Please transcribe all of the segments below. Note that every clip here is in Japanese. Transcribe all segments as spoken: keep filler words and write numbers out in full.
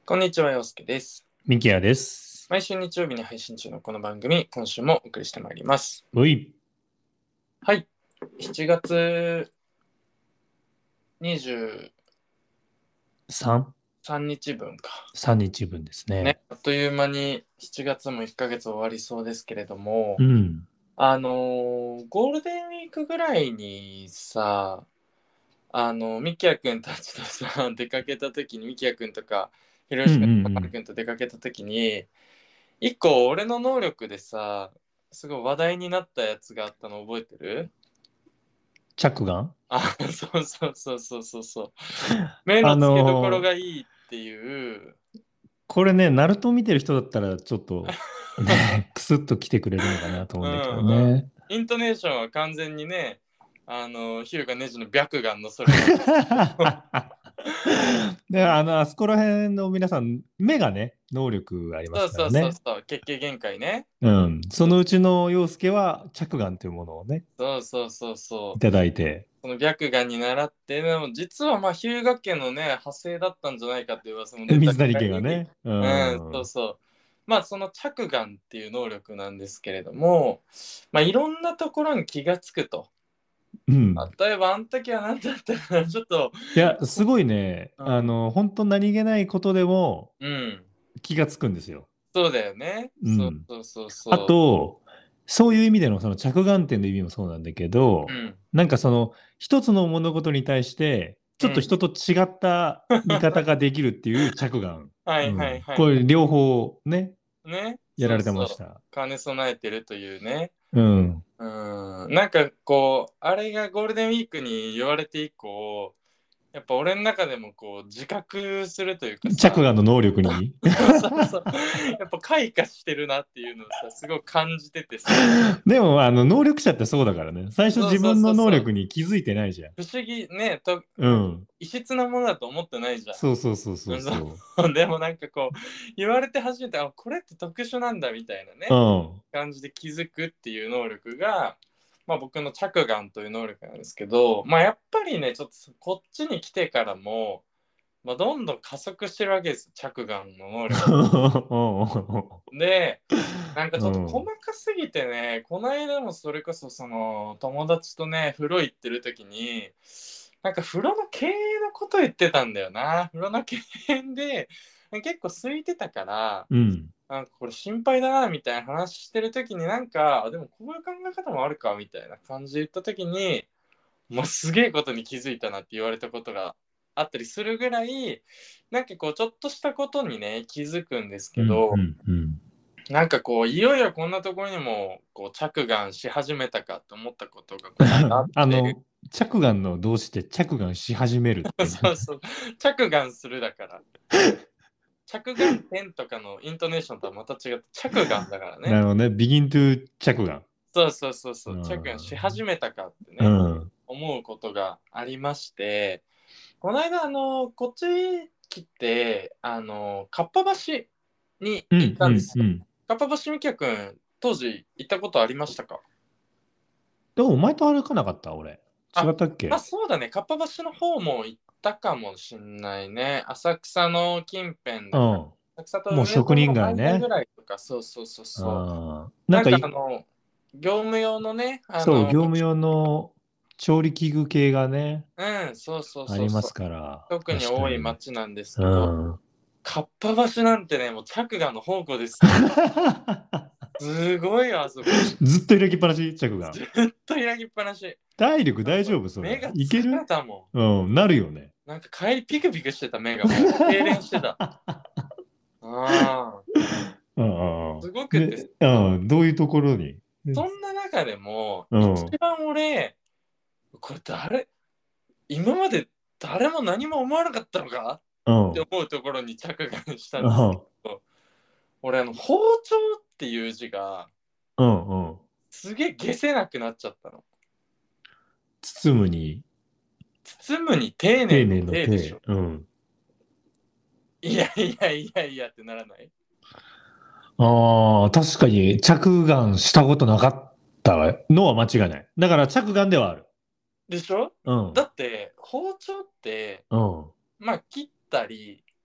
こんにちは、陽介です。 ミキヤです。 毎週日曜日に配信中のこの番組、今週もお送りしてまいります。 おい。 はい。しちがつにじゅうさんさん? 日分か。 さんにちぶんですね、 ね。 あっという間にしちがつもいっかげつ終わりそうですけれども、 うん。 あのーゴールデンウィークぐらいにさ、あの、ミキヤくんたちとさ、出かけた時に、ミキヤくんとか、ひろうんしくんとか、 うんまるくんと出かけた時に、一個俺の能力でさ、すごい話題になったやつがあったの覚えてる？ 着眼あ、そうそうそうそうそうそう。目のあ付けどころのーがいいっていう。 これね、ナルト見てる人だったら、ちょっと、ね、クスッと来てくれるのかなと思ううんだけどんうん。 ね。 イントネーションは完全にね、あの、ヒューガネジの白眼のそれなんですけど。 で、あの、あそこら辺の皆さん、目がね、能力ありまそうそうそうすからね。 そう、血形限界ね。 うん。そのうちの陽介は、着眼というものをね、 そうそうそうそう。 いただいて。 その白眼に習って、でも実はまあ、日向家のね、派生だったんじゃないかっていう噂も出た水谷ぐらい、 家がね。ううん、そうん。 そう。まあ、その着眼っていう能力なんですけれども、まあ、いろんなところに気がつくと。 うん。 例えば、あの時は何だったかな、ちょっと、 いや、すごいね、 うん、 あの、本当何気ないことでもうん、 気がつくんですよ。 そうだよね。そううん。 そうそうあそと、そういう意味でのその着眼点の意味もそうなんだけう。うど、 ん、 なんかその一つの物事に対して、ちょっとうん。 人と違った見方ができるっていう着眼。 はいはいうん。 はいはい。 これ両方ね、 ね、 やられてそうそう。 ました。 兼ね備えてるというね。 うん。 うん、なんかこう、あれがゴールデンウィークに言われて以降、やっぱ俺の中でもこう自覚するというかさ、 着眼の能力に。 そうそう、やっぱ開花してるなっていうのをさ、すごく感じててさ、 でも、あの、能力者ってそうだからね。最初そうそう自分の能そうそう、 力に気づいてないじゃん。 不思議ね、と、なんかうん。 異質なものだと思ってないじゃん。 そうそうそうそううんそそうでもなんかこう、言われて初めて、あ、これって特殊なんだみたいなう。うね、 ん。 感じで気づくっていう能力が、まあ、僕の着眼という能力なんですけど、まあ、やっぱりね、ちょっとこっちに来てからも、まあ、どんどん加速してるわけです、着眼の能力。で、なんかちょっと細うん。 かすぎてね、この間もそれこそその友達とね、風呂行ってる時に、なんか風呂の経営のこと言ってたんだよな。風呂の経営で、結構空いてたから、 うん。 なんかこれ心配だなみたいな話してる時になんか、でもこういう考え方もあるかみたいな感じで言った時に、もうすげえことに気づいたなって言われたことがあったりするぐらい、なんかこうちょっとしたことにね、気づくんですうん。 けど、 うん。うん。 なんかこう、いよいよこんなところにもこう着眼し始めたかと思ったことがこの間あって、 あの、着眼の動詞で着眼し始めるってな。 そうそう、着眼するだから、着眼点とかのイントネーションとはまた違って着眼だからね。 なるほどね。begin to 着眼。 そうそうそうそうう、着眼しん。 始めたかってうね、 ん。 思うことがありまして、この間、あの、こっち来て、あの、かっぱ橋にうん。 行ったんですよ。 うん。 かっぱ橋みきやくん、当時行ったことありましたか？ でも、お前と歩かなかった俺。違あ、まあったっけ？ そうだね、かっぱ橋の方も行ったかもしんないね。浅草の近辺だから。 うん。 浅草ともう上野職人の間ぐ街ね。 らいとか、そうそうそううそう。 ん。なんなんかあかい、 の、業務用のね、あそう、 の、 業務用の調理器具系がね、 うん、そうそうそうそう。 ありますから、 特に多い確かに。 町なんですうけど、 ん。 かっぱ橋なんてね、もう着眼の宝庫ですよ。すごいよ、あそこ。 ずっと開きっぱなし、着眼。 ずっと開きっぱなし。 体力大丈なんか夫それ。 目が疲いける？ れたもうん、なるよね。 ん。なんか帰りピクピクしてた目がもう痙攣してた。ああ、 うんうんすごくてで、うさ、 ん、どういうところに？ そんな中でも、一うん、 番俺、これ誰、今まで誰も何も思わなかったのかうん、 って思うところに着眼したんですけうん、 ど、俺、あの、包丁っていう字が、 うん、うん。 すげえ消せなくなっちゃったの。 包むに包むに丁寧の丁寧の丁。 丁でしょ。 うん。 いやいやいやいやってならない？ ああ、確かに着眼したことなかったのは間違いない。だから着眼ではある。 でしょ？ うん、 だって、包丁って、 うん、 まあ、切ったり、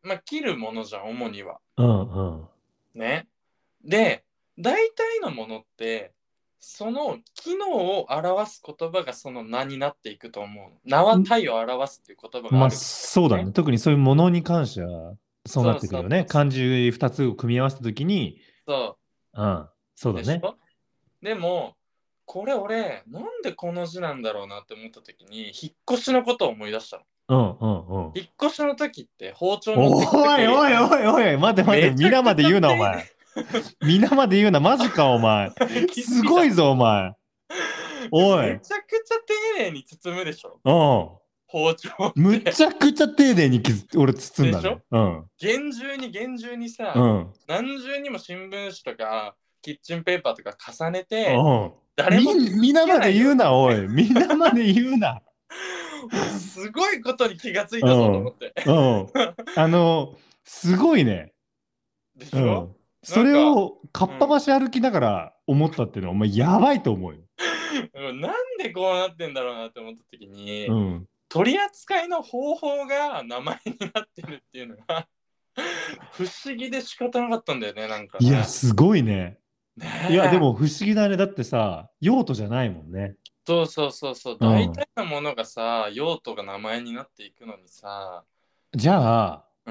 まあ、切るものじゃん、主には。 うんうん。 ね。で、大体のものって、その機能を表す言葉がその名になっていくと思う。名はん体を表すっていう言葉がまあ、 あるからね。 そうだね。特にそういうものに関しては、そうなそうってくるよね。 そうそうそう。 漢字ふたつを組み合わせたときに、 そうん、そうだね。 うでしょ。でも、これ俺、なんでこの字なんだろうなって思った時に、引っ越しのことを思い出したの。 うんうんうん。 引っ越しの時って包丁持っおてく時、 いおいおいおい、待て待て、 めちゃ皆まくちゃで言うな、お丁寧。 前。皆まで言うな、マジか、お前。 気づいた。 すごいぞ、お前。おい。 めちゃくちゃ丁寧に包むでしょ、 う包丁っん。むて。 ちゃくちゃ丁寧に傷俺包んでしょ。 だね。うん。 厳重に厳重にさ、 うん。 何重にも新聞紙とかキッチンペーパーとか重ねて、 うん。み、 誰も傷つ皆まけないように。 で言うな、おい。皆まで言うな。 俺すごいことに気がついたぞとうん。 思って。 うん。あの、すごいね。 でしょ。 うん。そなんか、 れをかうん、 っぱ橋歩きながら思ったっていうのは、お前やばいと思うよ。 なんでこうなってんだろうなって思った時に、 うん。 取り扱いの方法が名前になってるっていうのが不思議で仕方なかったんだよね、なんかいや、 ね。 すごいね。 ねいや、でえ。 も不思議だね。だってさ、用途じゃないもんね。 そうそうそうそう、 うん。 大体のものがさ、用途が名前になっていくのにさ、 じゃあ、 うん、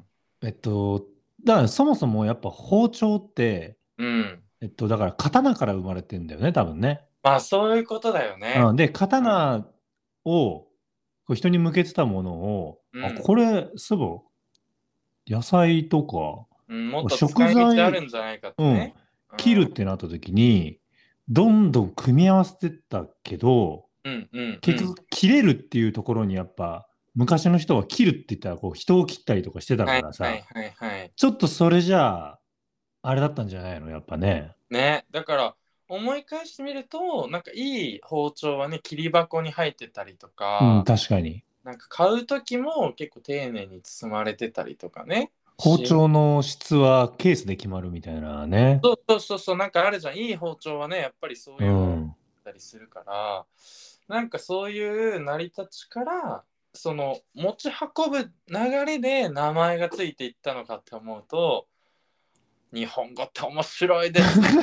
えっと、だからそもそもやっぱ包丁って、 うん。 えっと、だから刀から生まれてんだよね、多分ね。 まあそういうことだよね。 うん、で、 うん、 刀をこう人に向けてたものを、あ、 うん、 これ、そういえば野菜とか、 うん、もっと食使い道ある材、 んじゃないかっうん、 てね。うん、 切るってなった時に、どんどん組み合わせてったけど、 うん、うん、うん。 結局切れるっていうところにやっぱ、昔の人は切るって言ったらこう人を切ったりとかしてたはいからさ、 はいはいはい。 ちょっとそれじゃあ、あれだったんじゃないのやっぱね。 ね、だから思い返してみると、なんかいい包丁はね、切り箱に入ってたりとうん、 か、 確かに。 なんか買う時も結構丁寧に包まれてたりとかね。 包し丁の質はケースで決まるみたいなね。 そうそうそうそう、なんかあるじゃん。いい包丁はね、やっぱりそうういうのだっん。 たりするから、なんかそういう成り立ちから、その持ち運ぶ流れで名前がついていったのかって思うと、日本語って面白いですね。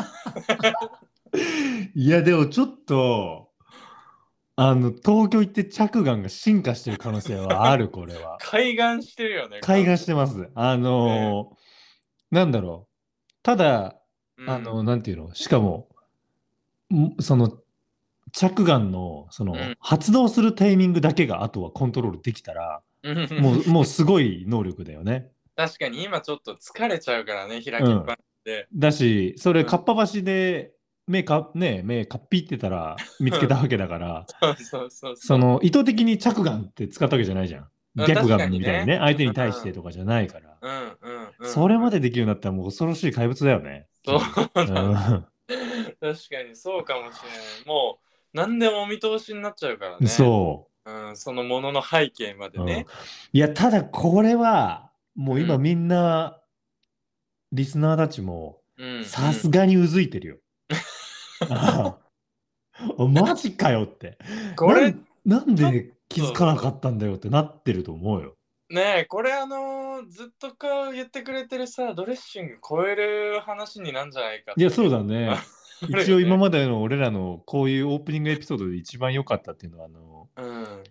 いや、でもちょっと、あの、東京行って着眼が進化してる可能性はある、これは。 開眼してるよね、 開眼し完全てます。あにね。 のーなんだろう。ただ、 うん、 あの、なんていうの、しかも、んその、着眼の、その、 うん、 発動するタイミングだけが、あとはコントロールできたら、 うん。 もう、もうすごい能力だよね。 確かに今ちょっと疲れちゃうからね、開うん。 きっぱなしで。 だし、それ、 うん。 かっぱ橋で、目か、ね、目かっぴってたら見つけたわけだから、 そうそうそうそその、意図的に着眼って使ったわけじゃないじゃん。 う。うん、 逆確か眼みたいにね、 にね。 相手に対してとかじゃないから。 うん、うん、うん、うん。 それまでできるようになったらもう恐ろしい怪物だよね。 そう君。うなんん。 確かにそうかもしれない。もう何でもお見通しになっちゃうからね。 そうん、そのものの背景までう。うん。 ね。 いや、ただこれは、もううん、 今みんな、リスナーたちも、 うん、うさすん。 がにうずいてるよ。ああ、マジかよって。 これ、ちなん、なんょっで気づかなかと、 ったんだよってなってると思うよ。 ねえ、これあのーずっとか言ってくれてるさ、ドレッシング超える話になんじゃないかっいや、そうていう。 だね。 あるよね。 一応今までの俺らのこういうオープニングエピソードで一番良かったっていうのは、あの、 うん。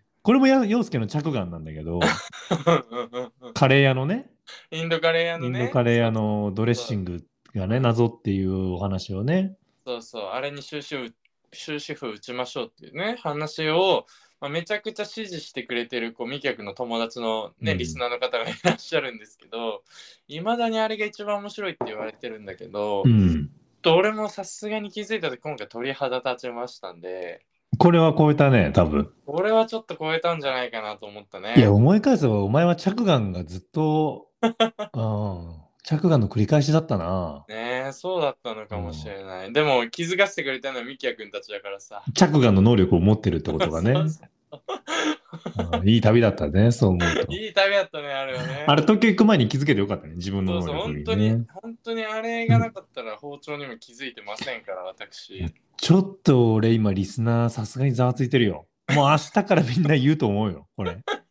これもや陽介の着眼なんだけど、 うんうんうん。 カレー屋のね、 インドカレー屋のインドね、 カレー屋そうのドレッそう、 シングがね、 うん、 謎っていうお話をね。 そうそう、あれに終止符終止符打ちましょうっていうね、話を、まあ、めちゃくちゃ支持してくれてるこう未客の友達のね、リスうん。 ナーの方がいらっしゃるんですけど、いまだにあれが一番面白いって言われてるんだけど、 うん。 と俺もさすがに気づいた時今回鳥肌立ちましたんで、 これは超えたね、多分。 これはちょっと超えたんじゃないかなと思ったいや、 ね。 思い返せばお前は着眼がずっと、うん、着眼の繰り返しだったな。 ねえ、そうだったのかもしうん。 れない。でも気づかせてくれたのはミキヤ君たちだからさ。 着眼の能力を持ってるってことがね。 そうそう。 うん、いい旅だったね、そう思うと。 いい旅だったね、あれはね。 あれ、東京行く前に気づけてよかったね、自分のそうそう、 能力本当に、 にね。 本当にあれうん。 がなかったら包丁にも気づいてませんから、 いや、 私。 ちょっと俺今リスナーさすがにざわついてるよ。もう明日からみんな言うと思うよ、これ。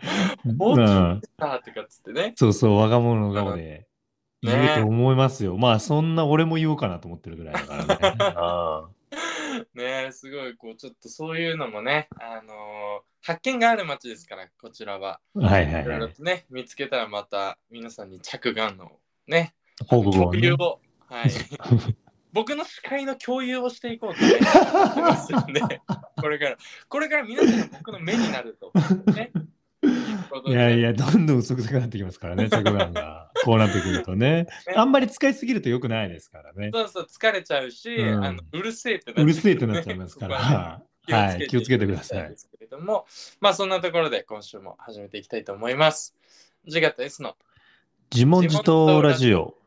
包丁うんでさとかっつってね。 そうそう、我が物顔でね言うと思いますよ。まあ、そんな俺も言おうかなと思ってるぐらいだからね。あねえ、すごいこうちょっとそういうのもね、あのー発見がある街ですから、こちらは。 あはいはいいろいはい。 ろとね、見つけたらまた皆さんに着眼のね、あ報の告をね。 共有を、はい。僕の視界の共有をしていこうとね、思ってますんで、これから、これから皆さんが僕の目になると。ね。いうことでいやいや、どんどん薄くなってきますからね、着眼が。こうなってくるとね。 ねあんまり使いすぎると良くないですからね。 そうそう、疲れちゃうし、 うんあのうるせえってなっちゃう、 うるせえってなっちゃいますかここはねら。 気をつけてはい、気をつけてくださいただきたんで。すけれども、まあそんなところで今週も始めていきたいと思います。ジガと S の自問自答ラジオ。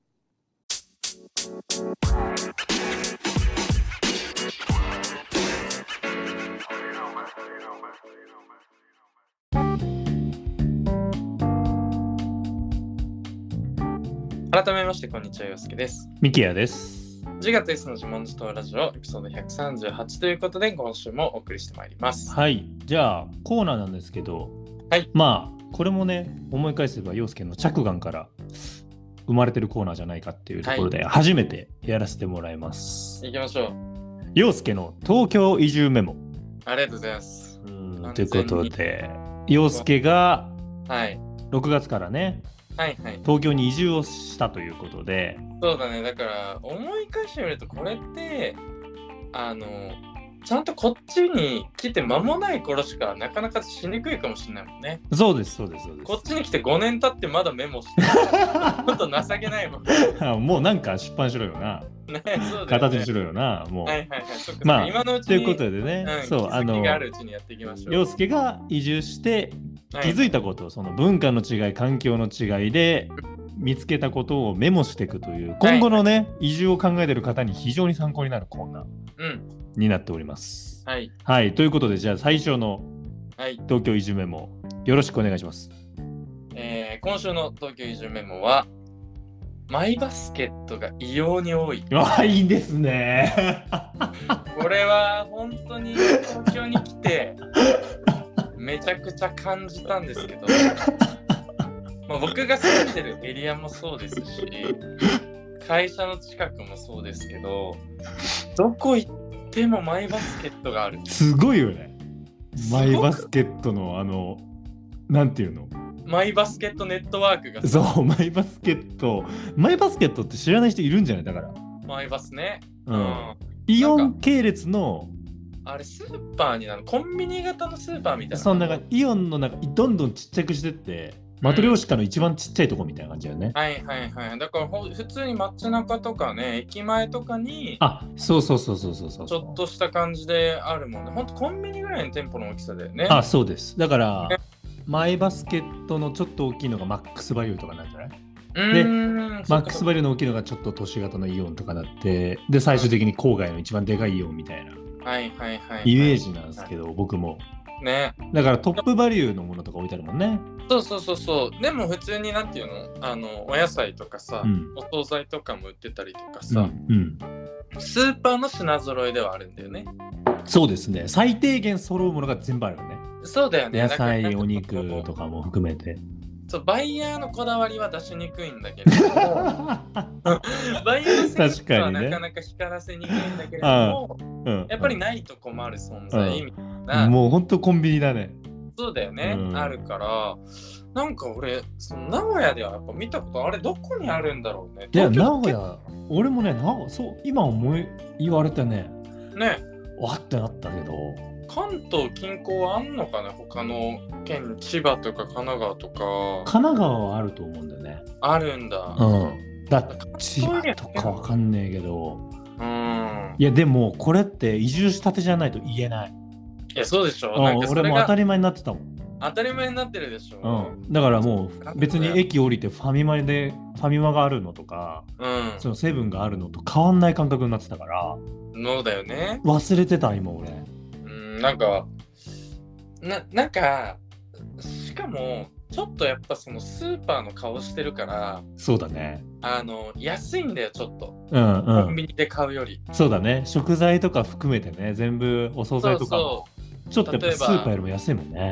改めましてこんにちは、よすけです。 ミキヤです。 ジガと S の自問自答ラジオエピソードひゃくさんじゅうはちということで今週もお送りしてまいります。 はい、じゃあコーナーなんですけど、 はいまあこれもね、思い返せば陽介の着眼から生まれてるコーナーじゃないかっていうところで初めてやらせてもらいます。 行きましょう。 陽介の東京移住メモ。 ありがとうございます。 うんということで、陽介がはい。 ろくがつからね、 はいはい。 東京に移住をしたということで、 そうだね。だから思い返してみるとこれってあのちゃんとこっちに来て間もない頃しかなかなかしにくいかもしれないもんね。 そうですそうですそうです。 こっちに来てごねん経ってまだメモしてる。ちょっと情けないもんね。 あもうなんか出版しろよな、 ねそうだよね形にしろよな、もう。 はいはいはい。そっかまあ今のうちにということでね、 うん、 そう、あの気づきがあるうちにやっていきましょう。 陽介が移住してはい気づいたこと、その文化の違い、環境の違いで見つけたことをメモしていくという、今後のね、移住を考えている方に非常に参考になるコーナーうん。 になっております。 はい。 はい、ということで、じゃあ最初のはい。 東京移住メモ、よろしくお願いします。 えー、今週の東京移住メモは、マイバスケットが異様に多い。 あ、いいですね。 これは本当に東京に来てめちゃくちゃ感じたんですけど、まあ、僕が住んでるエリアもそうですし、会社の近くもそうですけど、どこ行ってもマイバスケットがある。 すごいよね。 すごくマイバスケットのあの、なんていうの、 マイバスケットネットワークがそう、マイバスケット。マイバスケットって知らない人いるんじゃないだから。 マイバスね。 う。 うんん。 イオン系列の、 あれスーパーになるコンビニ型のスーパーみたいな。 そのなんかイオンの中、どんどんちっちゃくしてって、マトリョーシカの一番ちっちゃいとこみたいな感じだよね。 はいはいはい。だからほ普通に街中とかね、駅前とかにあ、そうそうそうそうそうそう。 ちょっとした感じであるもんね。ほんとコンビニぐらいの店舗の大きさだよね。 あ、そうです。だからね、 マイバスケットのちょっと大きいのがマックスバリューとかなんじゃないうーん。 マックスバリューの大きいのがちょっと都市型のイオンとかなって、で、最終的に郊外の一番でかいイオンみたいなはいはいはい。 イメージなんですけど、僕も。 ね。 だからトップバリューのものとか置いてあるもんね。 そうそうそうそう。でも普通になんていうのあの、お野菜とかさ、 うんお惣菜とかも売ってたりとかうさ、 ん、うん。 スーパーの品揃えではあるんだよね。 そうですね。最低限揃うものが全部あるよね。 そうだよね。 野だから菜、お肉とかも含めて。 そうバイヤーのこだわりは出しにくいんだけれども、バイヤーのセンスはなかなか光らせにくいんだけれども、 うんやっぱりないと困る存うん在みたいな、 もうほんとコンビニだね。 そうだよね、 うんあるから、なんか俺、その名古屋ではやっぱ見たこと、あれどこにあるんだろうね。 いや、 東京名古屋、俺もね、名古そう、今思い言われてね、 ね、 わってなったけど、 関東近郊はあんのかね、他の県、千葉とか神奈川とか、 神奈川はあると思うんだよね。 あるんだ。 うん。だって千葉とかわかんねえけど、 うん。 いや、でもこれって移住したてじゃないと言えない。 いや、そうでしょ。 うんなんかそれが俺も当たり前になってたもん。 当たり前になってるでしょ。 うん、だからもう別に駅降りてファミマでファミマがあるのとか、 うん。 そのセブンがあるのと変わんない感覚になってたからそうだよね。 忘れてた今俺。 うん、なんか、な、なんか、しかも、ちょっとやっぱそのスーパーの顔してるから、 そうだね。 あの、安いんだよ、ちょっと。 うんうコンん。 ビニで買うより。 そうだね。食材とか含めてね、全部お惣菜とかもそちょっとやっぱ例えばスーパーよりも安いもんね。 う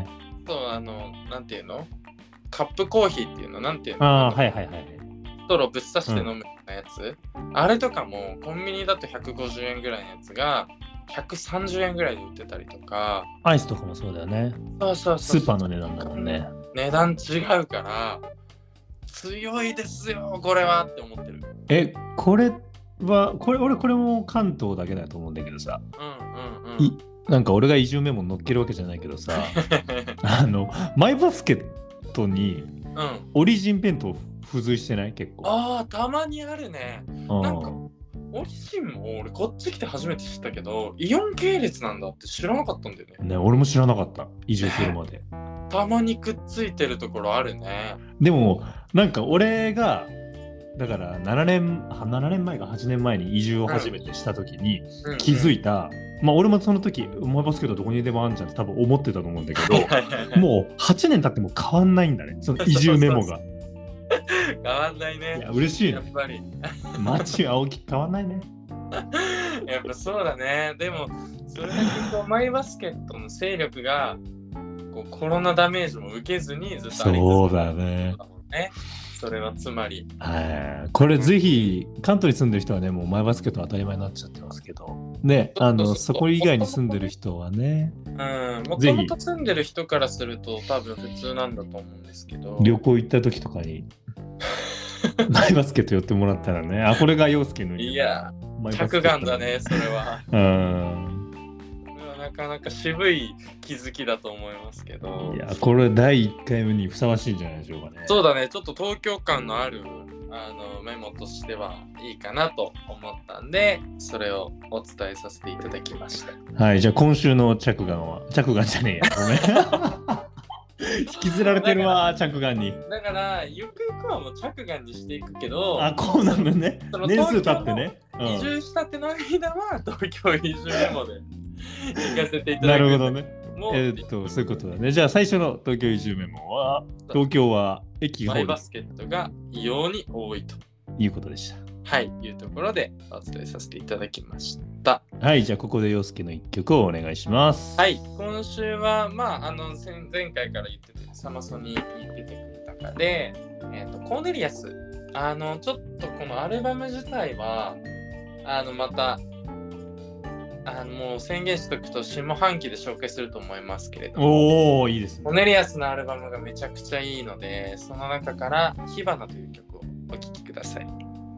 とあのなんていうのカップコーヒーっていうのなんていうのああ、 あのはいはいはい。 ストローぶっ刺して飲むようなやつ、あれとかもコンビニだとひゃくごじゅうえんぐらいのやつがひゃくさんじゅうえんぐらいで売ってたりとか。 アイスとかもそうだよね。 そうそうそう。 スーパーの値段だもんね。 値段違うから強いですよこれはって思ってる。 え、これは、これ、俺これも関東だけだと思うんだけどさ、 うんうんうん。 いなんか俺が移住メモ乗っけるわけじゃないけどさ、あの、マイバスケットにうん。 オリジン弁当付随してない結構。 ああ、たまにあるね。 うんなんか、オリジンも俺こっち来て初めて知ったけど、イオン系列なんだって知らなかったんだよね。 ね、俺も知らなかった。移住するまで。 たまにくっついてるところあるね。 でも、なんか俺が、だからななねん、はななねんまえかはちねんまえに移住を初めてした時にうんうん気づいた、まあ俺もその時、お前バスケットどこにでもあんじゃんって多分思ってたと思うんだけど、もうはちねん経っても変わんないんだね、その移住メモが。 変わんないいね。 や、嬉しいね。 やっぱり。 街青木変わんないね。 やっぱそうだね。でも、それだけこうマイバスケットの勢力がこうコロナダメージも受けずにずっとありそう続けだね。 たもんね。それはつまり。 はいこれぜひ関東に住んでる人はね、もうマイバスケット当たり前になっちゃってますけど、ね、あのそこ以外に住んでる人はね、 うん、もとぜひもと住んでる人からすると多分普通なんだと思うんですけど。 旅行行った時とかにマイバスケット寄ってもらったらね、あ、これが陽介のいや、 マイバスケット着眼だね、それは。 うんこれはなかなか渋い気づきだと思いますけど。 いや、これだいいっかいめにふさわしいんじゃないでしょうかね。 そうだね、ちょっと東京感のあるあのメモとしてはいいかなと思ったんで、それをお伝えさせていただきました。 はい、じゃあ今週の着眼は、着眼じゃねえや、ごめん。引きずられてるわ、着眼に。 だから、ゆくゆくはもう着眼にしていくけど、 あ、こうなんだねその。 年数経ってね。うん移住したての間は東京移住メモで行かせていただく。 なるほどね。 もう、 えーっと、そういうことだね。じゃあ最初の東京移住メモは、東京は駅が多いとマイバスケットが異様に多いと。 いうことでした。 はい、いうところでお伝えさせていただきました。 はい、じゃあここで陽介の一曲をお願いします。 はい、今週は、まあ、あの前前回から言ってて、サマソニに出てくる中で、えーと、コーネリアス、あの、ちょっとこのアルバム自体は、あの、また、あのもう宣言しておくと、下半期で紹介すると思いますけれども、 おー、いいですねコ。ーネリアスのアルバムがめちゃくちゃいいので、その中から、火花という曲をお聴きください。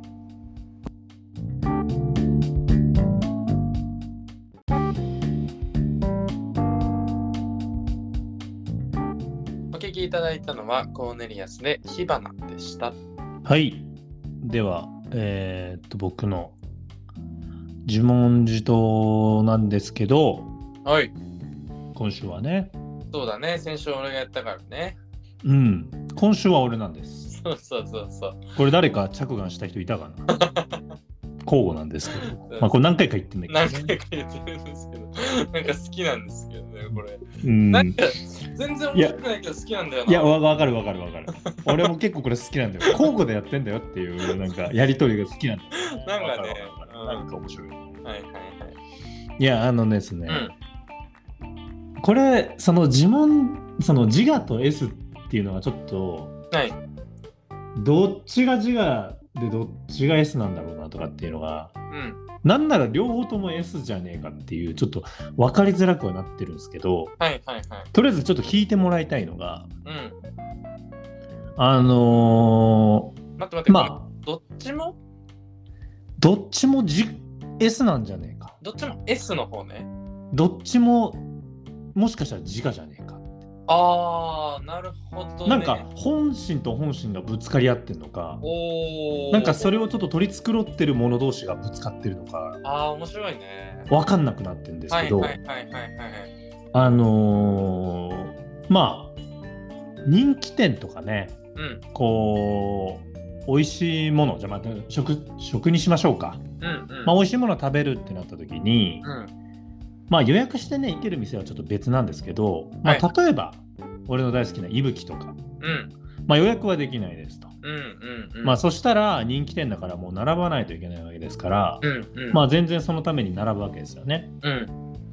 お聴きいただいたのはコーネリアスで火花でした。 はい。では、えーっと、僕の自問自答なんですけど、 はい。 今週はね、 そうだね。先週俺がやったからね。 うん、今週は俺なんです。 そうそうそうそう。 これ誰か着眼した人いたかな交互なんですけど、まあこれ何回か言ってんだけど、 何ね、 回か言ってるんですけど、なんか好きなんですけどね、これ。 うんなんか全然面白くないけど好きなんだよな。 いや、わわかるわかるわかる。俺も結構これ好きなんだよ。交互でやってんだよっていう、なんか、やりとりが好きなんだよ、ね。 なんかねわるわかるわかるうんなんか面白い。 はいはいはい。 いや、あのですね、 うん。 これ、その自問、その自我と S っていうのはちょっと、 はい。 どっちが自我でどっちが S なんだろうなとかっていうのが、 うん。 なんなら両方とも S じゃねえかっていう、ちょっと分かりづらくはなってるんですけど、 はいはいはい。 とりあえずちょっと聞いてもらいたいのが、 うん。 あの待って待って、 ー、まあ、 どっちもどっちもじ S なんじゃねえか。 どっちも S の方ね。 どっちももしかしたら自我じゃねえか。 あー、なるほど、ね。 なんか本心と本心がぶつかり合ってるのか、 おー。 なんかそれをちょっと取り繕ってる者同士がぶつかってるのか、 あー、面白いね。 分かんなくなってるんですけど、 はいはいはいはいはい。 あのー、まあ、人気店とかね、 うん。 こう、美味しいもの、じゃあまた食、食にしましょうか。 うんうん。 まあ、美味しいものを食べるってなった時に、 うん。 まあ予約してね、行ける店はちょっと別なんですけど、まあ、例えば、俺の大好きな伊吹とか、 うん。 まあ予約はできないですと。 うんうんうん。 まあそしたら人気店だからもう並ばないといけないわけですから、 うんうん。 まあ全然そのために並ぶわけですよね。 うん。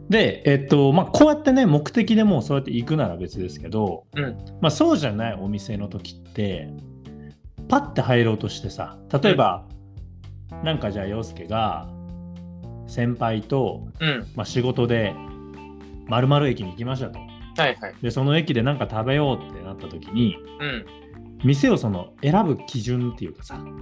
で、えっと、まあ、こうやってね、目的でもうそうやって行くなら別ですけど、 うんまあ、そうじゃないお店の時って、パッて入ろうとしてさ、例えば、うん、なんかじゃあ、陽介が、先輩と、 うんまあ、仕事で、〇〇駅に行きましたと。 はいはい。 で、その駅でなんか食べようってなった時に、 うん、 店をその選ぶ基準っていうかさ、 うん、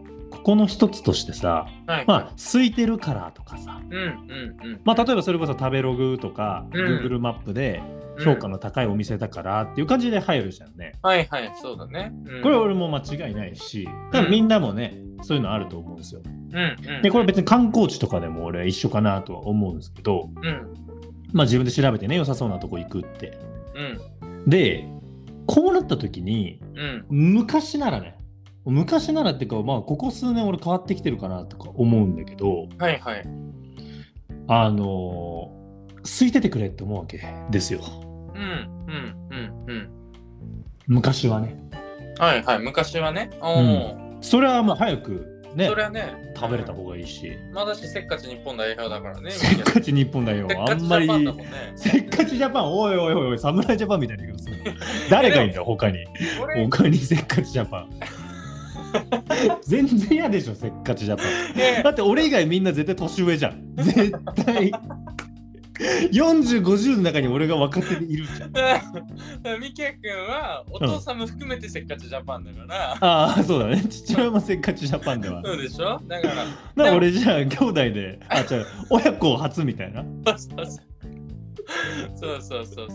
ここの一つとしてさ、 はいはい、 まあ空いてるからとかさ、 うんうんうん、 まあ例えばそれこそ食べログとか、 うん、 Google マップで評価の高いお店だからっていう感じで入るじゃんね。 はいはい、そうだね。うん、 これは俺も間違いないし、多分みんなもね、そういうのあると思うんですよ。 うんうん、 でこれ別に観光地とかでも俺は一緒かなとは思うんですけど、 うん、 まあ自分で調べてね、良さそうなとこ行くって。 うん、 で、こうなった時に、 うん、 昔ならね、昔ならっていうか、まあここ数年俺変わってきてるかなとか思うんだけど、 はいはい、 あのー、空いててくれって思うわけですよ。 うんうんうんうん。 昔はね。 はいはい、昔はね。おー、うん、それはもう早くね、 それはね、 食べれた方がいいし。 まだしせっかち日本代表だからね。 せっかち日本代表あんまり、せっかちジャパン、おいおいおいおい、侍ジャパンみたいな言うけど誰がいいんだよ、他に。他にせっかちジャパン。全然嫌でしょ、せっかちジャパン。だって俺以外みんな絶対年上じゃん。絶対。よんじゅう、ごじゅうの中に俺が若手でいるじゃん。 みきやくんはお父さんも含めてせっかちジャパンだから。 うん、ああ、そうだね。父親もせっかちジャパンでは。 そうでしょだから。だから俺じゃあ兄弟で、あ、違う、親子初みたいな。 そうそうそうそうそう。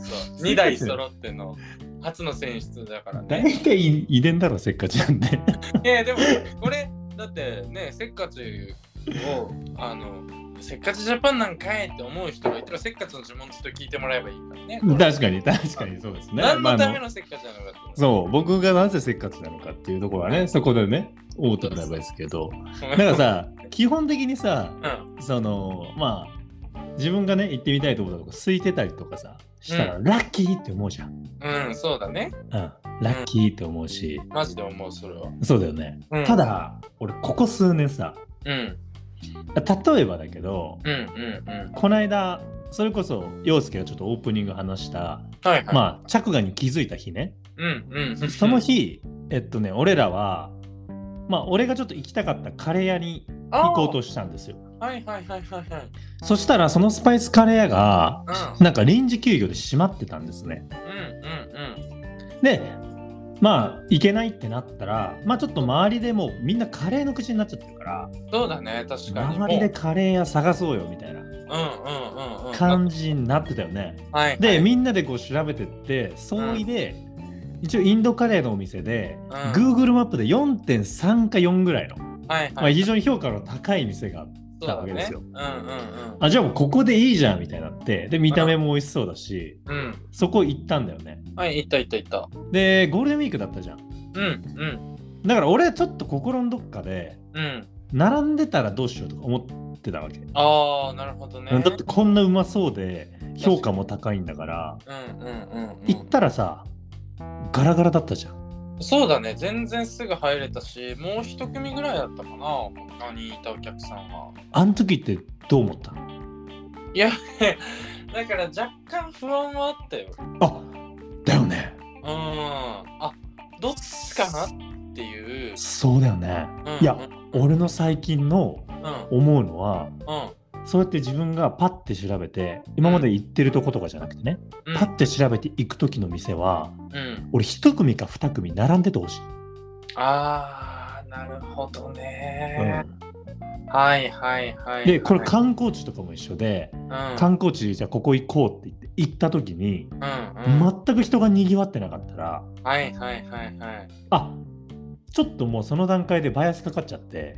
に代揃っての初の選出だからね。 大体遺伝だろ、せっかちなんで。 いや、でもこれ、だってね、せっかちを、あの、せっかちジャパンなんかいって思う人がいたらせっかちの呪文ちょっと聞いてもらえばいいからね。 確かに確かにそうですね。 何のためのせっかちなのかって、 まあ、そう僕がなぜせっかちなのかっていうところはねそこでね思ってもらえばいいですけどだからさ基本的にさ、うん、そのまあ自分がね行ってみたいところとか空いてたりとかさしたら、うん、ラッキーって思うじゃん。 うん、そうだね。 うん、ラッキーって思うし、 うん、マジで思うそれは。 そうだよね。うん、ただ俺ここ数年さ、うん例えばだけど、うんうんうん、この間それこそ陽介がちょっとオープニング話した、はいはい、まあ着眼に気づいた日ね、うんうん、その日えっとね俺らはまあ俺がちょっと行きたかったカレー屋に行こうとしたんですよ。 はいはいはいはいはい。 そしたらそのスパイスカレー屋が、うん、なんか臨時休業で閉まってたんですね。うんうんうん、でまあ行けないってなったらまあちょっと周りでもみんなカレーの口になっちゃってるからそうだね確かに周りでカレー屋探そうよみたいな感じになってたよね。はいはい、でみんなでこう調べてって総意で、うん、一応インドカレーのお店で、うん、Google マップで よんてんさん かよんぐらいの、はいはいまあ、非常に評価の高い店があったわけですよ。ねうんうんうん、あじゃあもうここでいいじゃんみたいになってで見た目も美味しそうだし、うん、そこ行ったんだよね。 はい行った行った行った。 でゴールデンウィークだったじゃん。うんうんだから俺ちょっと心のどっかで、うん、並んでたらどうしようとか思ってたわけ。 ああなるほどね。 だってこんなうまそうで評価も高いんだから、うんうんうんうん、行ったらさガラガラだったじゃん。 そうだね全然すぐ入れたしもう一組ぐらいだったかな他にいたお客さんは。 あの時ってどう思ったの？ いやだから若干不安はあったよ。 あだよね。 うんあどっちかなっていう。 そうだよね、うんうん、いや俺の最近の思うのは、うんうん、そうやって自分がパッて調べて今まで行ってるとことかじゃなくてね、うん、パッて調べて行く時の店は、うん、俺一組か二組並んでてほしい。 あーなるほどね、うん、はいはいはい、はい、 でこれ観光地とかも一緒で、うん、観光地じゃあここ行こうって言って行った時に、うんうん、全く人が賑わってなかったらはいはいはいはいあちょっともうその段階でバイアスかかっちゃって、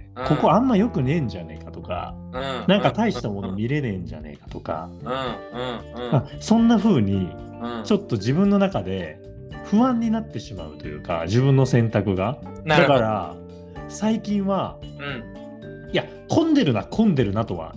うん、ここあんま良くねえんじゃねえかとか、うん、なんか大したもの見れねえんじゃねえかとか、うんうんうん、そんな風にちょっと自分の中で不安になってしまうというか自分の選択がだから最近は、うん、いや混んでるな混んでるなとは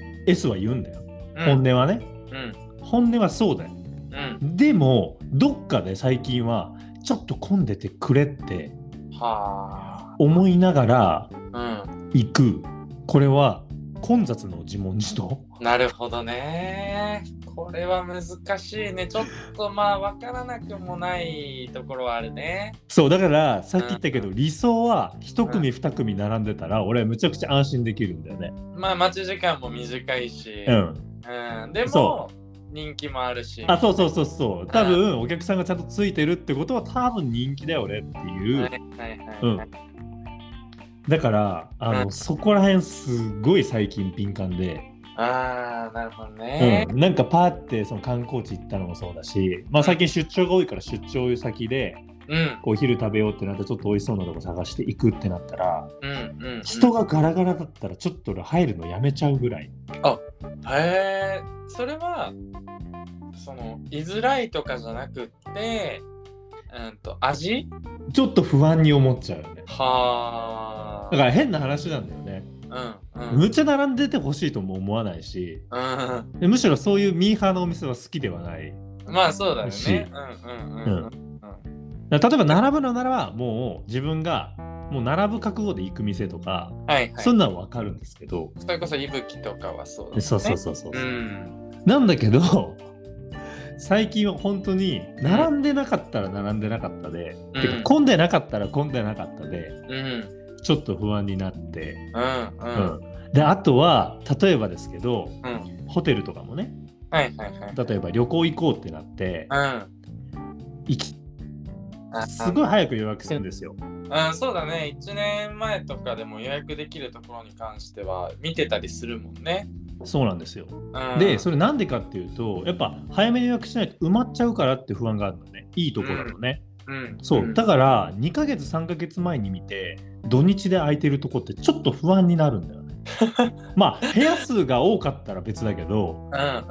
S は言うんだよ、うん、本音はね、うん、本音はそうだよ、うん、でもどっかで最近はちょっと混んでてくれって思いながら行く、うん、これは混雑の自問自答。 なるほどね。これは難しいね。ちょっとまあ分からなくもないところはあるね。 そうだからさっき言ったけど、うん、理想は一組二組並んでたら俺はむちゃくちゃ安心できるんだよね。 まあ待ち時間も短いし、 うんうん、でも人気もあるし。 あ、そうそうそうそう。多分お客さんがちゃんとついてるってことは多分人気だよねっていう。はいはいはい、うん。だからあの、うん、そこら辺すごい最近敏感で。 ああ、なるほどね、 うん、なんかパーってその観光地行ったのもそうだし、まあ最近出張が多いから出張先で、うん、お昼食べようってなってちょっと美味しそうなとこ探して行くってなったら、うんうんうん、人がガラガラだったらちょっと俺入るのやめちゃうぐらい。 あ、へえ、それはその居づらいとかじゃなくって、うんと味？ ちょっと不安に思っちゃうよね。 はあ。 だから変な話なんだよね。うんうん、むっちゃ並んでてほしいとも思わないし、うん、むしろそういうミーハーなお店は好きではないまあそうだよね。 例えば並ぶのならもう自分がもう並ぶ覚悟で行く店とか、はいはい、そんなの分かるんですけど、 それこそいぶきとかはそうだね。 そうそうそうそう、うん、なんだけど最近は本当に並んでなかったら並んでなかったで、うん、てか混んでなかったら混んでなかったで、うんちょっと不安になって、うんうんうん、であとは例えばですけど、うん、ホテルとかもね、はいはいはい、例えば旅行行こうってなって、うん、行きすごい早く予約するんですよ。 うん、そうだね。いちねんまえとかでも予約できるところに関しては見てたりするもんね。 そうなんですよ、うん、でそれなんでかっていうとやっぱ早めに予約しないと埋まっちゃうからって不安があるのね、いいところだとね、うんうん、そうだからにかげつさんかげつまえに見て土日で空いてるとこってちょっと不安になるんだよねまあ部屋数が多かったら別だけど、うんうんうんうん、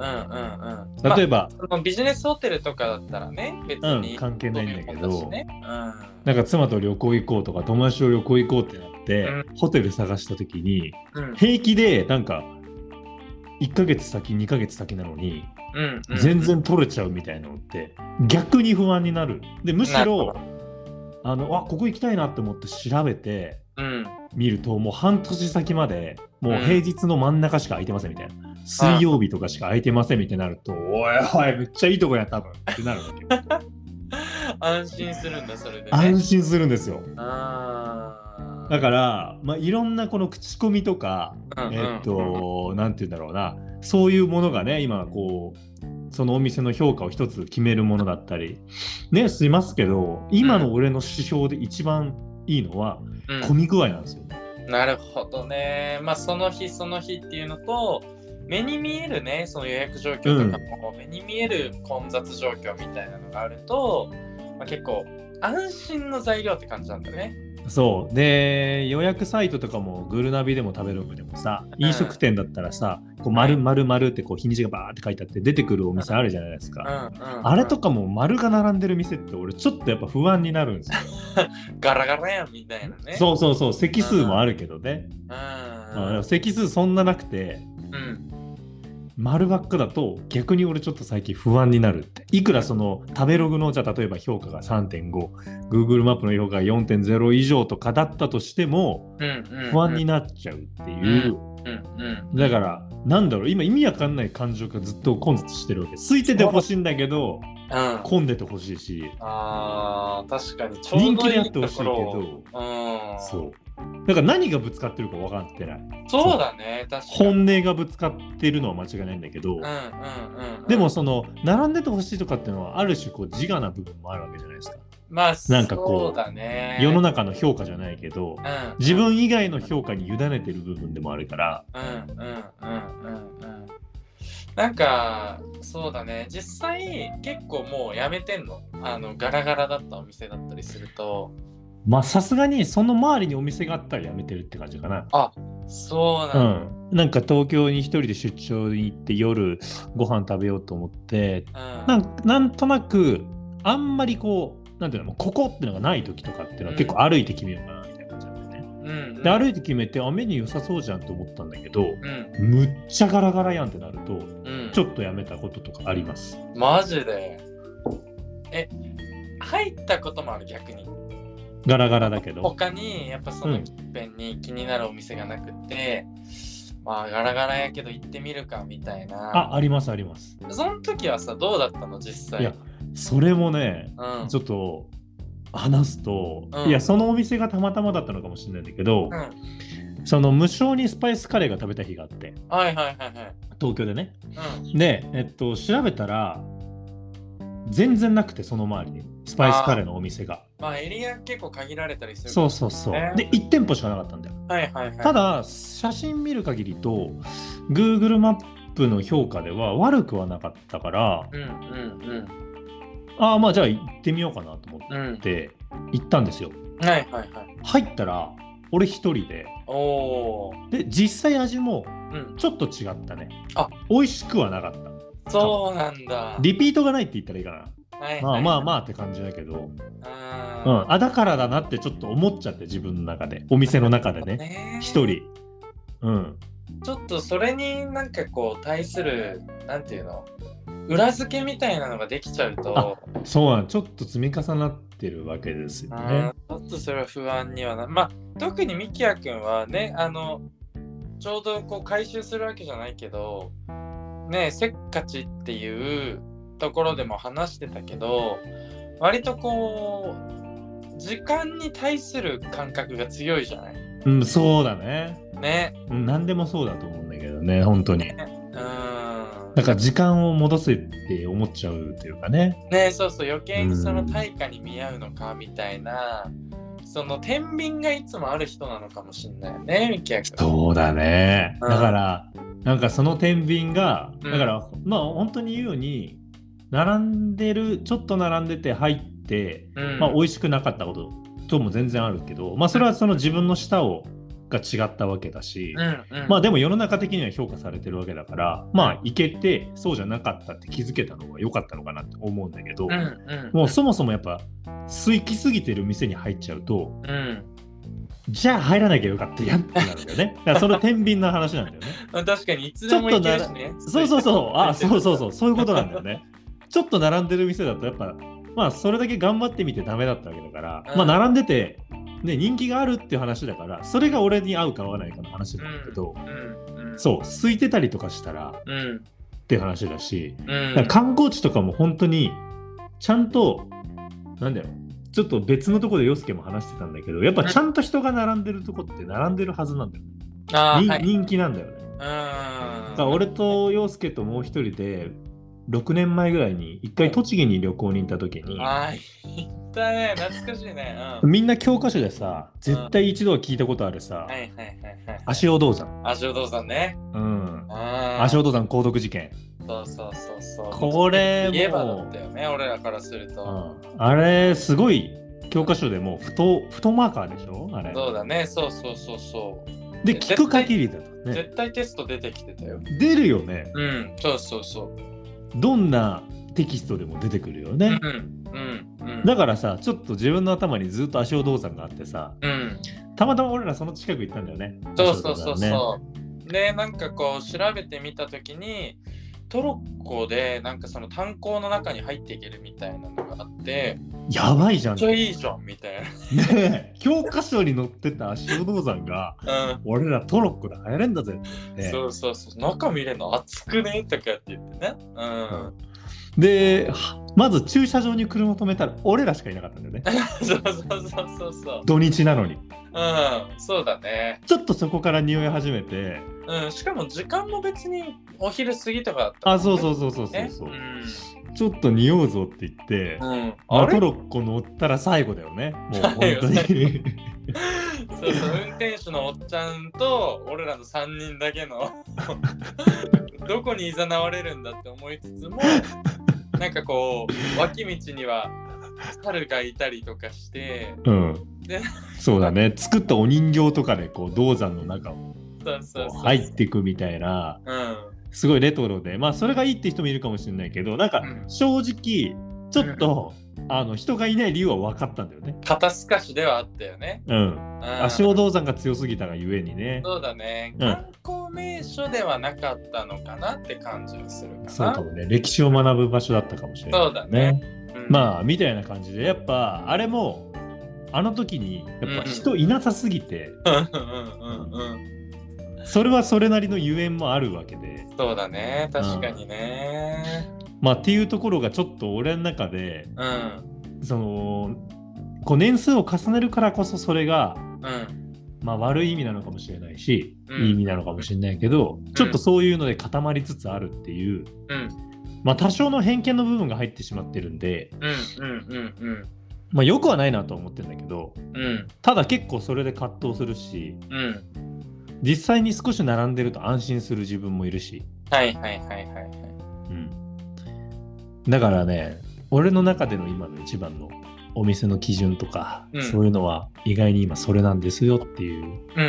例えば、 まあ、ビジネスホテルとかだったらね別に、 うん、関係ないんだけど、ね、うん、なんか妻と旅行行こうとか友達と旅行行こうってなって、うん、ホテル探した時に、うん、平気でなんかいっかげつ先にかげつ先なのに、うんうん、全然取れちゃうみたいなのって逆に不安になる。でむしろあのあここ行きたいなって思って調べて、うん、見るともう半年先までもう平日の真ん中しか空いてませんみたいな、うん、水曜日とかしか空いてませんみたいになると、うん、おいおいめっちゃいいとこや多分ってなるわけ安心するんだそれで、ね、 安心するんですよ。あだから、まあ、いろんなこの口コミとか、うんうん、えっとなんて言うんだろうな、そういうものがね今こうそのお店の評価を一つ決めるものだったりねしますけど、今の俺の指標で一番いいのは、うん、混み具合なんですよ。 なるほどね。まあその日その日っていうのと目に見えるねその予約状況とかも、うん、目に見える混雑状況みたいなのがあると、まあ、結構安心の材料って感じなんだね。 そうで予約サイトとかもグルナビでも食べログでもさ、飲食店だったらさこう丸丸丸ってこう日にちがバーって書いてあって出てくるお店あるじゃないですか、うんうんうん、あれとかも丸が並んでる店って俺ちょっとやっぱ不安になるんですよガラガラやんみたいなね。 そうそうそう、席数もあるけどね、うんうん、席数そんななくて、うん丸ばっかだと逆に俺ちょっと最近不安になるって。いくらその食べログのじゃあ例えば評価が さんてんご、 Google マップの評価が よんてんゼロ 以上とかだったとしても不安になっちゃうっていう、うんうんうん、だからなんだろう今意味わかんない感情がずっと混雑してるわけ。空いててほしいんだけど、うん、混んでてほしいし、 あ確かにちょうどいい人気であってほしいけど、うん、そうだから何がぶつかってるか分かってない。 そうだね、確かに本音がぶつかってるのは間違いないんだけど、うんうんうんうん、でもその並んでてほしいとかっていうのはある種こう自我な部分もあるわけじゃないですか。 まあなんかこう、 そうだね、 世の中の評価じゃないけど、うんうん、自分以外の評価に委ねてる部分でもあるから、うんうんうんうんうん、 なんかそうだね、実際結構もうやめてんの、あのガラガラだったお店だったりすると。 まあさすがにその周りにお店があったらやめてるって感じかな。 あ、そうなんだ、 うん、なんか東京に一人で出張に行って夜ご飯食べようと思って、うん、なんなんとなくあんまりこうなんていうのここっていうのがない時とかっていうのは結構歩いて決めようかなみたいな感じなんだよね、うんうん、で歩いて決めてあメニュー良さそうじゃんと思ったんだけど、うん、むっちゃガラガラやんってなると、うん、ちょっとやめたこととかあります。 マジで？え、入ったこともある？逆にガラガラだけど他にやっぱその近辺に気になるお店がなくて、 まあガラガラやけど行ってみるかみたいな。 あ、ありますあります。 その時はさ、どうだったの実際。 いや、それもね、うん、ちょっと話すと、うん、いや、そのお店がたまたまだったのかもしれないんだけど、うん、その無償にスパイスカレーが食べた日があって、 はいはいはいはい、 東京でね。うん、で、えっと、調べたら、全然なくて、その周りにスパイスカレーのお店が。 まあエリア結構限られたりする、ね、 そうそうそう。で、いち店舗しかなかったんだよ。 はいはいはい。 ただ、写真見る限りと、Google マップの評価では悪くはなかったから、うんうんうん。ああ、まあじゃあ行ってみようかなと思って行ったんですよ。 うん、はいはいはい。 入ったら、俺一人で。おで、実際味もちょっと違ったね。うん、あ、美味しくはなかった。 そうなんだ。 リピートがないって言ったらいいかな。はいはい、まあまあまあって感じだけど、あ、うん、あだからだなってちょっと思っちゃって、自分の中で、お店の中でね、一人、うん、 ちょっとそれになんかこう対するなんていうの、裏付けみたいなのができちゃうと、 そうなん、ちょっと積み重なってるわけですよね。 ちょっとそれは不安にはな、まあ特にみきやくんはね、あのちょうどこう回収するわけじゃないけどね、せっかちっていうところでも話してたけど、割とこう時間に対する感覚が強いじゃない。 うん、そうだね。 ね、 うん、何でもそうだと思うんだけどね、本当に。 ね、うん。 だから時間を戻せって思っちゃうというかね。 ね、そうそう、余計にその対価に見合うのかみたいな、うん、その天秤がいつもある人なのかもしれないよね、みきやくん。 そうだね。だから、うん、なんかその天秤が、だから、うん、まあ本当に言うように、並んでる、ちょっと並んでて入って、うん、まあ美味しくなかったこととも全然あるけど、まあそれはその自分の舌をが違ったわけだし、うんうん、まあでも世の中的には評価されてるわけだから、まあいけてそうじゃなかったって気づけたのが良かったのかなって思うんだけど、うんうん、もうそもそもやっぱ空きすぎてる店に入っちゃうと、うん、じゃあ入らなきゃよかったやんってなるんだよね。だからその天秤の話なんだよね。 確かにいつでもいけるしね。 そうそうそう、あ、そうそうそう、そういうことなんだよね。ちょっと並んでる店だとやっぱまあそれだけ頑張ってみてダメだったわけだから、うん、まあ並んでてね、人気があるっていう話だから、それが俺に合うか合わないかの話なんだけど、うんうんうん、そう空いてたりとかしたら、うん、っていう話だし、うん、だ観光地とかも本当にちゃんとなんだよ、ちょっと別のところで洋介も話してたんだけど、やっぱちゃんと人が並んでるとこって並んでるはずなんだよね。あ、はい、人気なんだよね。だから俺と洋介ともう一人でろくねんまえぐらいに一回栃木に旅行に行った時に、 はい、行ったね、懐かしいね、 うん、みんな教科書でさ絶対一度は聞いたことあるさ、うん、はいはいはいはい、足尾銅山、 足尾銅山ね、 うん、足尾銅山鉱毒事件、 そうそうそうそう、 これも言えばだったよね、俺らからすると、 うん、あれすごい教科書でも太太マーカーでしょあれ。 そうだね、そうそうそうそうで聞く限りだとね、 絶対テスト出てきてたよ。 出るよね。 うん、そうそうそう。 どんなテキストでも出てくるよね、うんうんうん、だからさ、ちょっと自分の頭にずっと足尾銅山があってさ、うん、たまたま俺らその近く行ったんだよね。 そうそうそうそう。で、なんかこう調べてみたときにトロッコでなんかその炭鉱の中に入っていけるみたいなのがあって、 やばいじゃん。 めっちゃいいじゃんみたいな。 ねえ、教科書に載ってた足尾銅山が、うん、俺らトロッコで入れんだぜって。 そうそうそう。中見れるの熱くねとかって言ってね。うん。うんで、まず駐車場に車止めたら俺らしかいなかったんだよね。 そうそうそうそうそう。 土日なのに。 うん、そうだね。 ちょっとそこから匂い始めて。 うん、しかも時間も別にお昼過ぎとかだった、 ね。あ、そうそうそうそうそうそう、うん。ちょっと匂うぞって言って、うん、あトロッコ乗ったら最後だよね。もう本当に。 そうそう、運転手のおっちゃんと俺らのさんにんだけのどこにいざなわれるんだって思いつつも、なんかこう脇道には猿がいたりとかして、うん、 でそうだね、作ったお人形とかでこう銅山の中を入っていくみたいな、うん、すごいレトロで、まあそれがいいって人もいるかもしれないけど、なんか正直ちょっと、うん、あの人がいない理由は分かったんだよね。 肩透かしではあったよね。 うん。足尾銅山が強すぎたがゆえにね。 そうだね。観光名所ではなかったのかなって感じがするかな。 そうかもね。歴史を学ぶ場所だったかもしれない、ね。 そうだね。 うん、まあみたいな感じで、やっぱあれもあの時にやっぱ人いなさすぎて。 それはそれなりのゆえんもあるわけで。 そうだね、確かにね。 まあっていうところがちょっと俺の中で、 うん、 そのこう年数を重ねるからこそそれが、 うん、 まあ悪い意味なのかもしれないし、 うん、 いい意味なのかもしれないけど、うん、ちょっとそういうので固まりつつあるっていう、 うん、 まあ多少の偏見の部分が入ってしまってるんで、 うん、うん、うん、うん。 まあよくはないなと思ってるんだけど、 うん、ただ結構それで葛藤するし、 うん、 実際に少し並んでると安心する自分もいるし。 はいはいはいはいはい。 うん。だからね、俺の中での今の一番のお店の基準とか、うん、そういうのは意外に今それなんですよっていう、うんうん、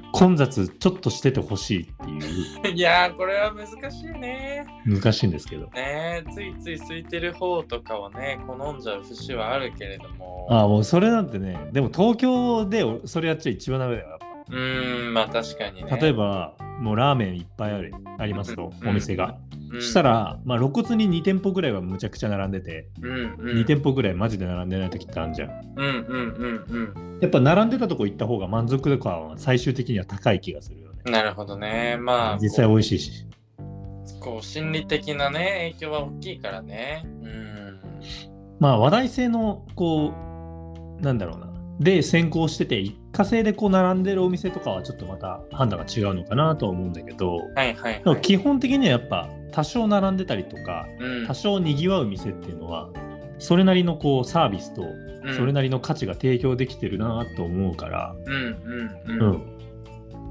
混雑ちょっとしててほしいっていういやーこれは難しいね。 難しいんですけどね、ついつい空いてる方とかはね好んじゃう節はあるけれども、 ああもうそれなんてね、でも東京でそれやっちゃ一番ダメだよ。 うーんまあ確かにね。 例えばもうラーメンいっぱいあるありますと、うん、お店が、うん、したら、まあ、露骨にに店舗ぐらいはむちゃくちゃ並んでて、うんうん、に店舗ぐらいマジで並んでない時ってあるじゃん。うんうんうんうん、やっぱ並んでたとこ行った方が満足度は最終的には高い気がするよね。 なるほどね。まあ実際美味しいし、 こう心理的なね影響は大きいからね。うん、 まあ話題性のこうなんだろうなで先行してて一過性でこう並んでるお店とかはちょっとまた判断が違うのかなとは思うんだけど、 はいはいはい、 でも基本的にはやっぱ多少並んでたりとか、うん、多少にぎわう店っていうのはそれなりのこうサービスとそれなりの価値が提供できてるなと思うから、うんうんうんうん、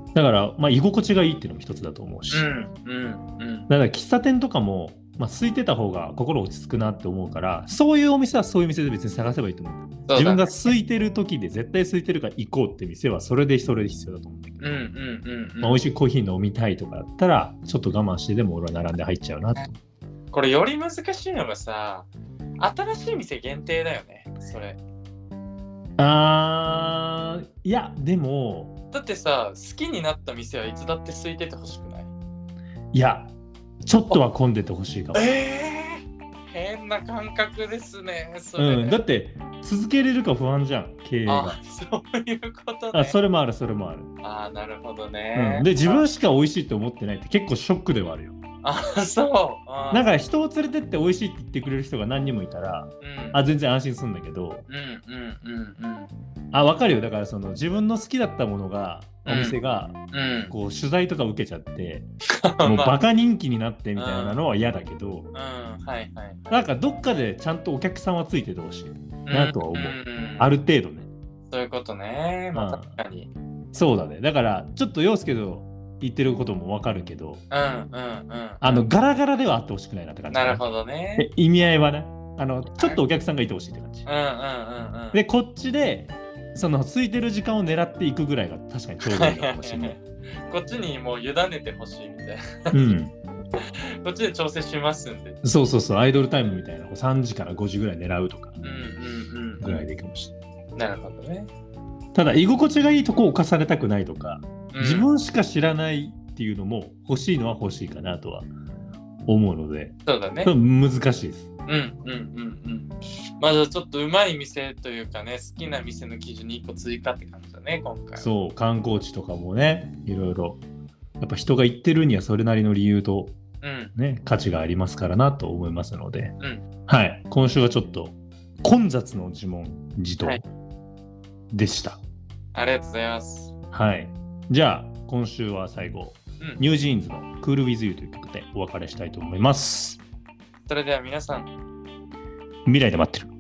だからまあ居心地がいいっていうのも一つだと思うし、うんうんうん、だから喫茶店とかもまあ、空いてた方が心落ち着くなって思うから、そういうお店はそういう店で別に探せばいいと思う。自分が空いてる時で絶対空いてるから行こうって店はそれでそれで必要だと思うんだけど、うんうんうんうんまあ、美味しいコーヒー飲みたいとかだったらちょっと我慢してでも俺は並んで入っちゃうなと。 これより難しいのがさ、新しい店限定だよねそれ。 あーいやでもだってさ好きになった店はいつだって空いててほしくない？ いやちょっとは混んでてほしいかも。 えー、変な感覚ですねそれ、 うん、だって続けれるか不安じゃん経営が。 あそういうことね。 あそれもあるそれもある。 あなるほどね、 うん、で自分しか美味しいと思ってないって結構ショックではあるよ。 あそうあだから人を連れてって美味しいって言ってくれる人が何人もいたら、うん、あ全然安心するんだけど、うんうんうんうん、あ分かるよ。だからその自分の好きだったものがお店が、うん、こう取材とか受けちゃって、うん、もうバカ人気になってみたいなのは嫌だけど、うんうんはいはい、なんかどっかでちゃんとお客さんはついててほしいなとは思う、うんうん、ある程度ね。 そういうことね、まあ、確かにそうだね。だからちょっと陽介と言ってることも分かるけど、うんうんうん、あのガラガラではあってほしくないなって感じ。 なるほどね。 意味合いはね、あのちょっとお客さんがいてほしいって感じ、うんうんうんうん、でこっちでその空いてる時間を狙っていくぐらいが確かにちょうどいいかもしれないこっちにもう委ねてほしいみたいな、うん、こっちで調整しますんで。 そうそうそう、アイドルタイムみたいなさんじからごじぐらい狙うとかぐらいでいいかもしれない、 うんうん、なるほどね。 ただ居心地がいいとこを侵されたくないとか、うん、自分しか知らないっていうのも欲しいのは欲しいかなとは思うので、 そうだね、 難しいです。 うんうんうんうんまだちょっとうまい店というかね、好きな店の基準にいっこ追加って感じだね今回。 そう観光地とかもねいろいろやっぱ人が行ってるにはそれなりの理由と、うんね、価値がありますからなと思いますので、うん、はい今週はちょっと混雑の自問自答でした、はい、 ありがとうございます。 はいじゃあ今週は最後、うん、ニュージーンズのクールウィズユーという曲でお別れしたいと思います。 それでは皆さん、 未来で待ってる。